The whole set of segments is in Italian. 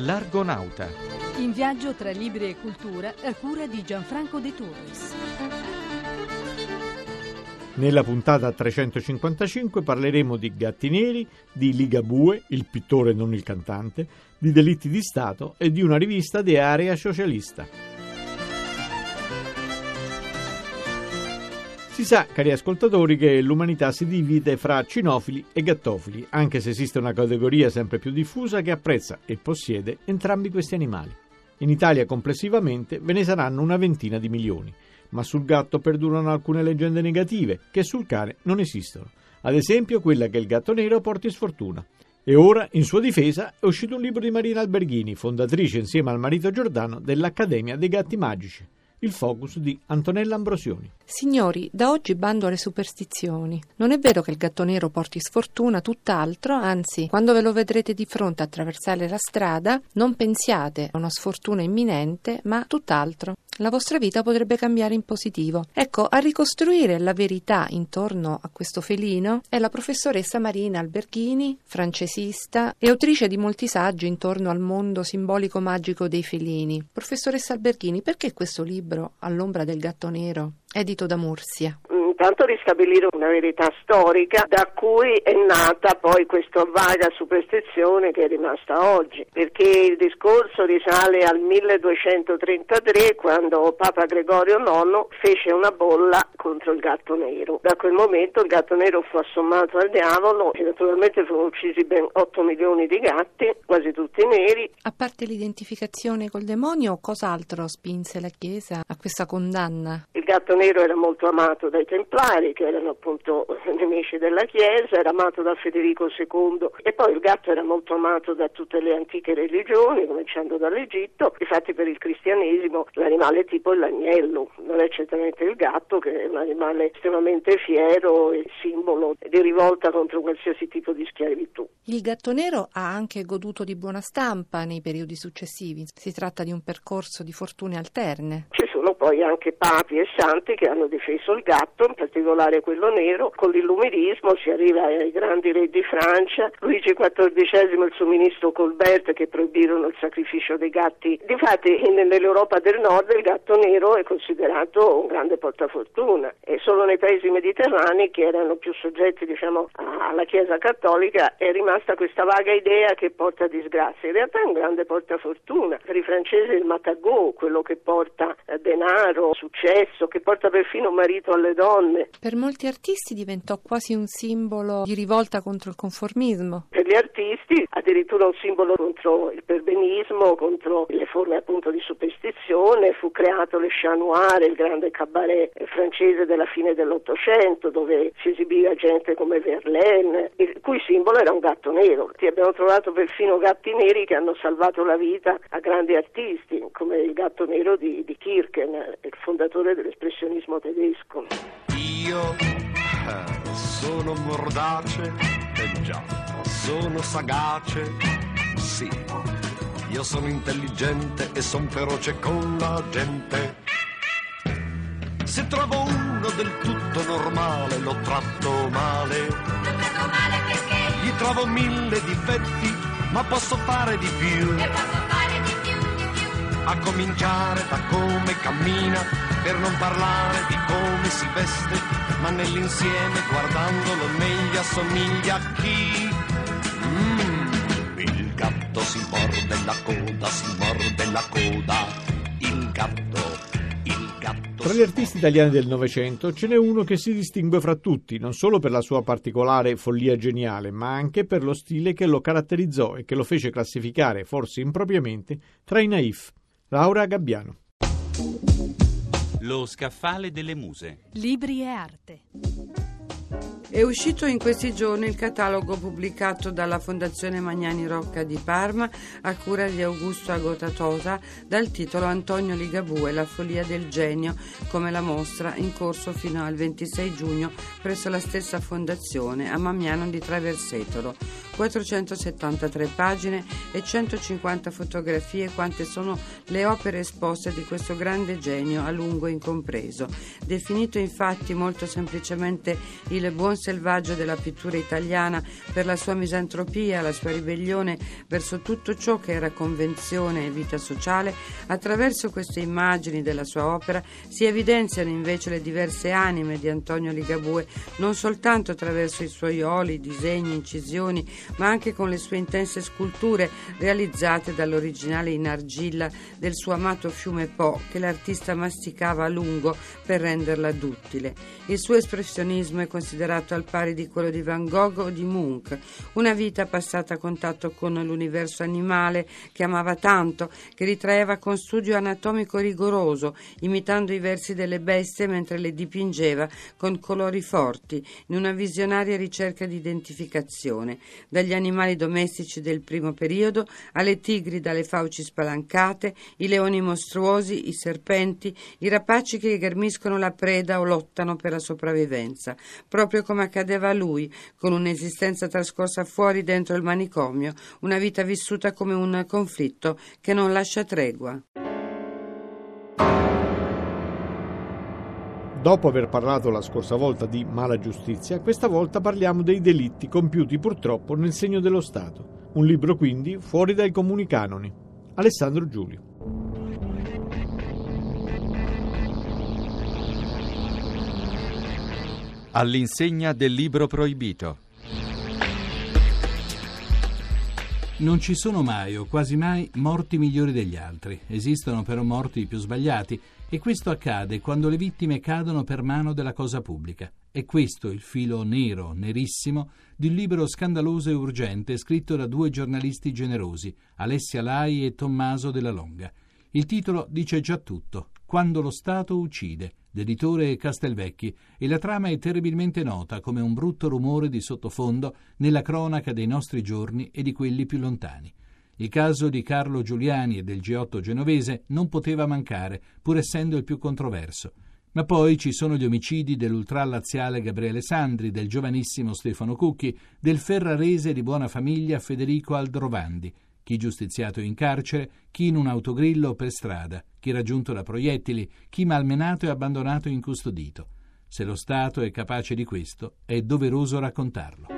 L'Argonauta. In viaggio tra libri e cultura a cura di Gianfranco De Torres. Nella puntata 355 parleremo di Gatti Neri, di Ligabue, il pittore non il cantante, di delitti di Stato e di una rivista di area socialista. Si sa, cari ascoltatori, che l'umanità si divide fra cinofili e gattofili, anche se esiste una categoria sempre più diffusa che apprezza e possiede entrambi questi animali. In Italia complessivamente ve ne saranno una ventina di milioni, ma sul gatto perdurano alcune leggende negative che sul cane non esistono. Ad esempio quella che il gatto nero porti sfortuna. E ora, in sua difesa, è uscito un libro di Marina Alberghini, fondatrice insieme al marito Giordano dell'Accademia dei Gatti Magici. Il focus di Antonella Ambrosioni. Signori, da oggi bando alle superstizioni. Non è vero che il gatto nero porti sfortuna, tutt'altro, anzi, quando ve lo vedrete di fronte attraversare la strada, non pensiate a una sfortuna imminente, ma tutt'altro. La vostra vita potrebbe cambiare in positivo. Ecco, a ricostruire la verità intorno a questo felino è la professoressa Marina Alberghini, francesista e autrice di molti saggi intorno al mondo simbolico magico dei felini. Professoressa Alberghini, perché questo libro, All'ombra del gatto nero, edito da Mursia? Intanto ristabilire una verità storica da cui è nata poi questa vaga superstizione che è rimasta oggi, perché il discorso risale al 1233 quando Papa Gregorio IX fece una bolla contro il gatto nero. Da quel momento il gatto nero fu assommato al diavolo e naturalmente furono uccisi ben 8 milioni di gatti, quasi tutti neri. A parte l'identificazione col demonio, cos'altro spinse la Chiesa a questa condanna? Il gatto nero era molto amato dai Templari, che erano appunto nemici della Chiesa, era amato da Federico II e poi il gatto era molto amato da tutte le antiche religioni, cominciando dall'Egitto. Infatti per il cristianesimo l'animale tipo è l'agnello, non è certamente il gatto, che è un animale estremamente fiero e simbolo di rivolta contro qualsiasi tipo di schiavitù. Il gatto nero ha anche goduto di buona stampa nei periodi successivi. Si tratta di un percorso di fortune alterne. Ci sono poi anche papi e santi che hanno difeso il gatto, in particolare quello nero. Con l'illuminismo si arriva ai grandi re di Francia, Luigi XIV e il suo ministro Colbert, che proibirono il sacrificio dei gatti. Difatti nell'Europa del Nord il gatto nero è considerato un grande portafortuna e solo nei paesi mediterranei, che erano più soggetti alla Chiesa cattolica, è rimasta questa vaga idea che porta disgrazia. In realtà è un grande portafortuna. Per i francesi il matagot, quello che porta denaro, successo, che porta perfino un marito alle donne. Per molti artisti diventò quasi un simbolo di rivolta contro il conformismo. Per gli artisti addirittura un simbolo contro il perbenismo, contro le forme appunto di superstizione. Fu creato le Chat Noir, il grande cabaret francese della fine dell'Ottocento, dove si esibiva gente come Verlaine, il cui simbolo era un gatto nero. Abbiamo trovato perfino gatti neri che hanno salvato la vita a grandi artisti, come il gatto nero di Kirchen, il fondatore dell'espressionismo tedesco. Io sono mordace, già, sono sagace, sì. Io sono intelligente e son feroce con la gente. Se trovo uno del tutto normale lo tratto male. Lo tratto male perché? Gli trovo 1000 difetti, ma posso fare di più. E posso fare di più. A cominciare da come cammina, per non parlare di come si veste, ma nell'insieme guardandolo meglio assomiglia a chi? Il gatto si morde la coda, si morde la coda. Il gatto. Tra gli artisti italiani del Novecento ce n'è uno che si distingue fra tutti, non solo per la sua particolare follia geniale, ma anche per lo stile che lo caratterizzò e che lo fece classificare, forse impropriamente, tra i naif. Laura Gabbiano. Lo scaffale delle muse. Libri e arte. È uscito in questi giorni il catalogo pubblicato dalla Fondazione Magnani Rocca di Parma a cura di Augusto Agotatosa dal titolo Antonio Ligabue, la follia del genio, come la mostra in corso fino al 26 giugno presso la stessa fondazione a Mamiano di Traversetolo. 473 pagine e 150 fotografie quante sono le opere esposte di questo grande genio a lungo incompreso. Definito infatti molto semplicemente il buon selvaggio della pittura italiana, per la sua misantropia, la sua ribellione verso tutto ciò che era convenzione e vita sociale, attraverso queste immagini della sua opera si evidenziano invece le diverse anime di Antonio Ligabue, non soltanto attraverso i suoi oli, disegni, incisioni, ma anche con le sue intense sculture realizzate dall'originale in argilla del suo amato fiume Po, che l'artista masticava a lungo per renderla duttile. Il suo espressionismo è considerato al pari di quello di Van Gogh o di Munch, una vita passata a contatto con l'universo animale che amava tanto, che ritraeva con studio anatomico rigoroso, imitando i versi delle bestie mentre le dipingeva con colori forti, in una visionaria ricerca di identificazione, dagli animali domestici del primo periodo alle tigri dalle fauci spalancate, i leoni mostruosi, i serpenti, i rapaci che ghermiscono la preda o lottano per la sopravvivenza, proprio come accadeva a lui, con un'esistenza trascorsa fuori dentro il manicomio, una vita vissuta come un conflitto che non lascia tregua. Dopo aver parlato la scorsa volta di mala giustizia, questa volta parliamo dei delitti compiuti purtroppo nel segno dello Stato. Un libro quindi fuori dai comuni canoni. Alessandro Giulio. All'insegna del libro proibito. Non ci sono mai o quasi mai morti migliori degli altri. Esistono però morti più sbagliati e questo accade quando le vittime cadono per mano della cosa pubblica. È questo il filo nero, nerissimo, di un libro scandaloso e urgente scritto da due giornalisti generosi, Alessia Lai e Tommaso Della Longa. Il titolo dice già tutto: Quando lo Stato uccide, d'editore Castelvecchi, e la trama è terribilmente nota come un brutto rumore di sottofondo nella cronaca dei nostri giorni e di quelli più lontani. Il caso di Carlo Giuliani e del G8 genovese non poteva mancare, pur essendo il più controverso. Ma poi ci sono gli omicidi dell'ultralaziale Gabriele Sandri, del giovanissimo Stefano Cucchi, del ferrarese di buona famiglia Federico Aldrovandi, chi giustiziato in carcere, chi in un autogrillo per strada, chi raggiunto da proiettili, chi malmenato e abbandonato incustodito. Se lo Stato è capace di questo, è doveroso raccontarlo.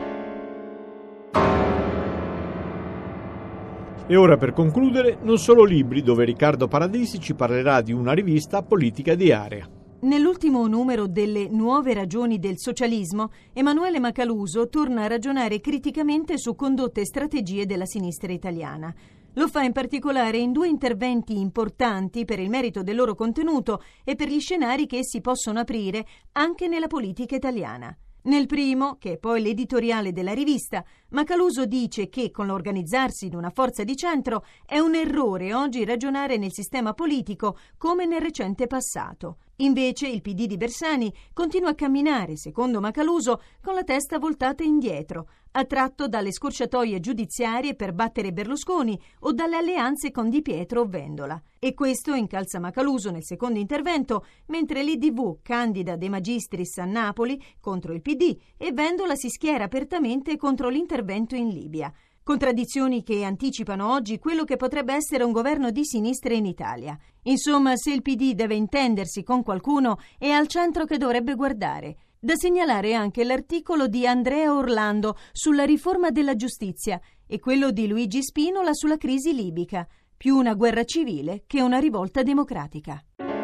E ora, per concludere, non solo libri, dove Riccardo Paradisi ci parlerà di una rivista politica di area. Nell'ultimo numero delle Nuove ragioni del socialismo, Emanuele Macaluso torna a ragionare criticamente su condotte e strategie della sinistra italiana. Lo fa in particolare in due interventi importanti per il merito del loro contenuto e per gli scenari che essi possono aprire anche nella politica italiana. Nel primo, che è poi l'editoriale della rivista, Macaluso dice che con l'organizzarsi di una forza di centro è un errore oggi ragionare nel sistema politico come nel recente passato. Invece il PD di Bersani continua a camminare, secondo Macaluso, con la testa voltata indietro, attratto dalle scorciatoie giudiziarie per battere Berlusconi o dalle alleanze con Di Pietro o Vendola. E questo incalza Macaluso nel secondo intervento, mentre l'IDV candida De Magistris a Napoli contro il PD e Vendola si schiera apertamente contro l'intervento in Libia. Contraddizioni che anticipano oggi quello che potrebbe essere un governo di sinistra in Italia. Insomma, se il PD deve intendersi con qualcuno, è al centro che dovrebbe guardare. Da segnalare anche l'articolo di Andrea Orlando sulla riforma della giustizia e quello di Luigi Spinola sulla crisi libica, più una guerra civile che una rivolta democratica.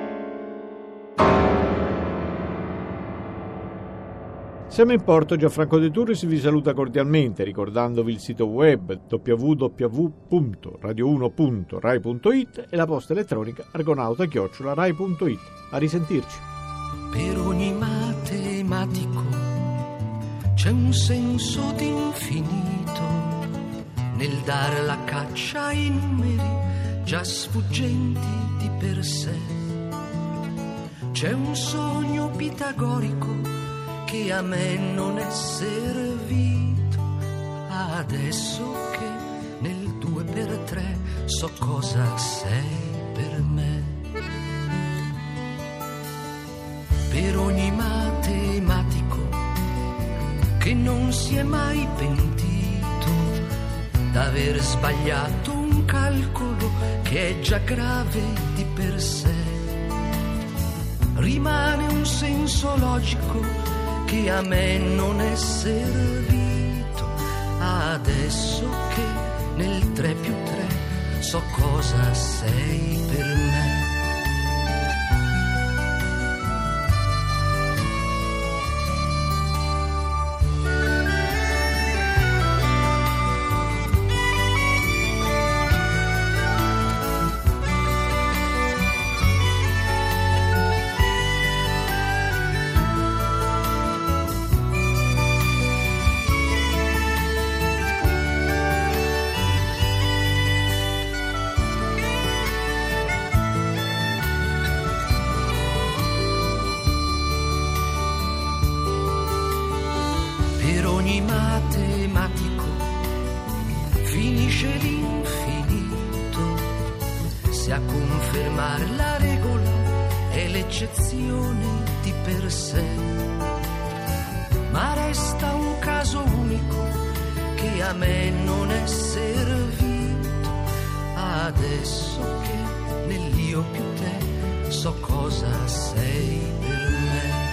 Siamo in porto, Gianfranco De Turris vi saluta cordialmente, ricordandovi il sito web www.radio1.rai.it e la posta elettronica argonauta@rai.it. A risentirci. Per ogni matematico c'è un senso d'infinito nel dare la caccia ai numeri già sfuggenti di per sé. C'è un sogno pitagorico che a me non è servito, adesso che nel 2x3 so cosa sei per me. Per ogni matematico che non si è mai pentito d'aver sbagliato un calcolo che è già grave di per sé, rimane un senso logico che a me non è servito, adesso che nel 3+3 so cosa sei per me. Per ogni matematico finisce l'infinito, se a confermare la regola è l'eccezione di per sé. Ma resta un caso unico che a me non è servito, adesso che nell'io più te so cosa sei per me.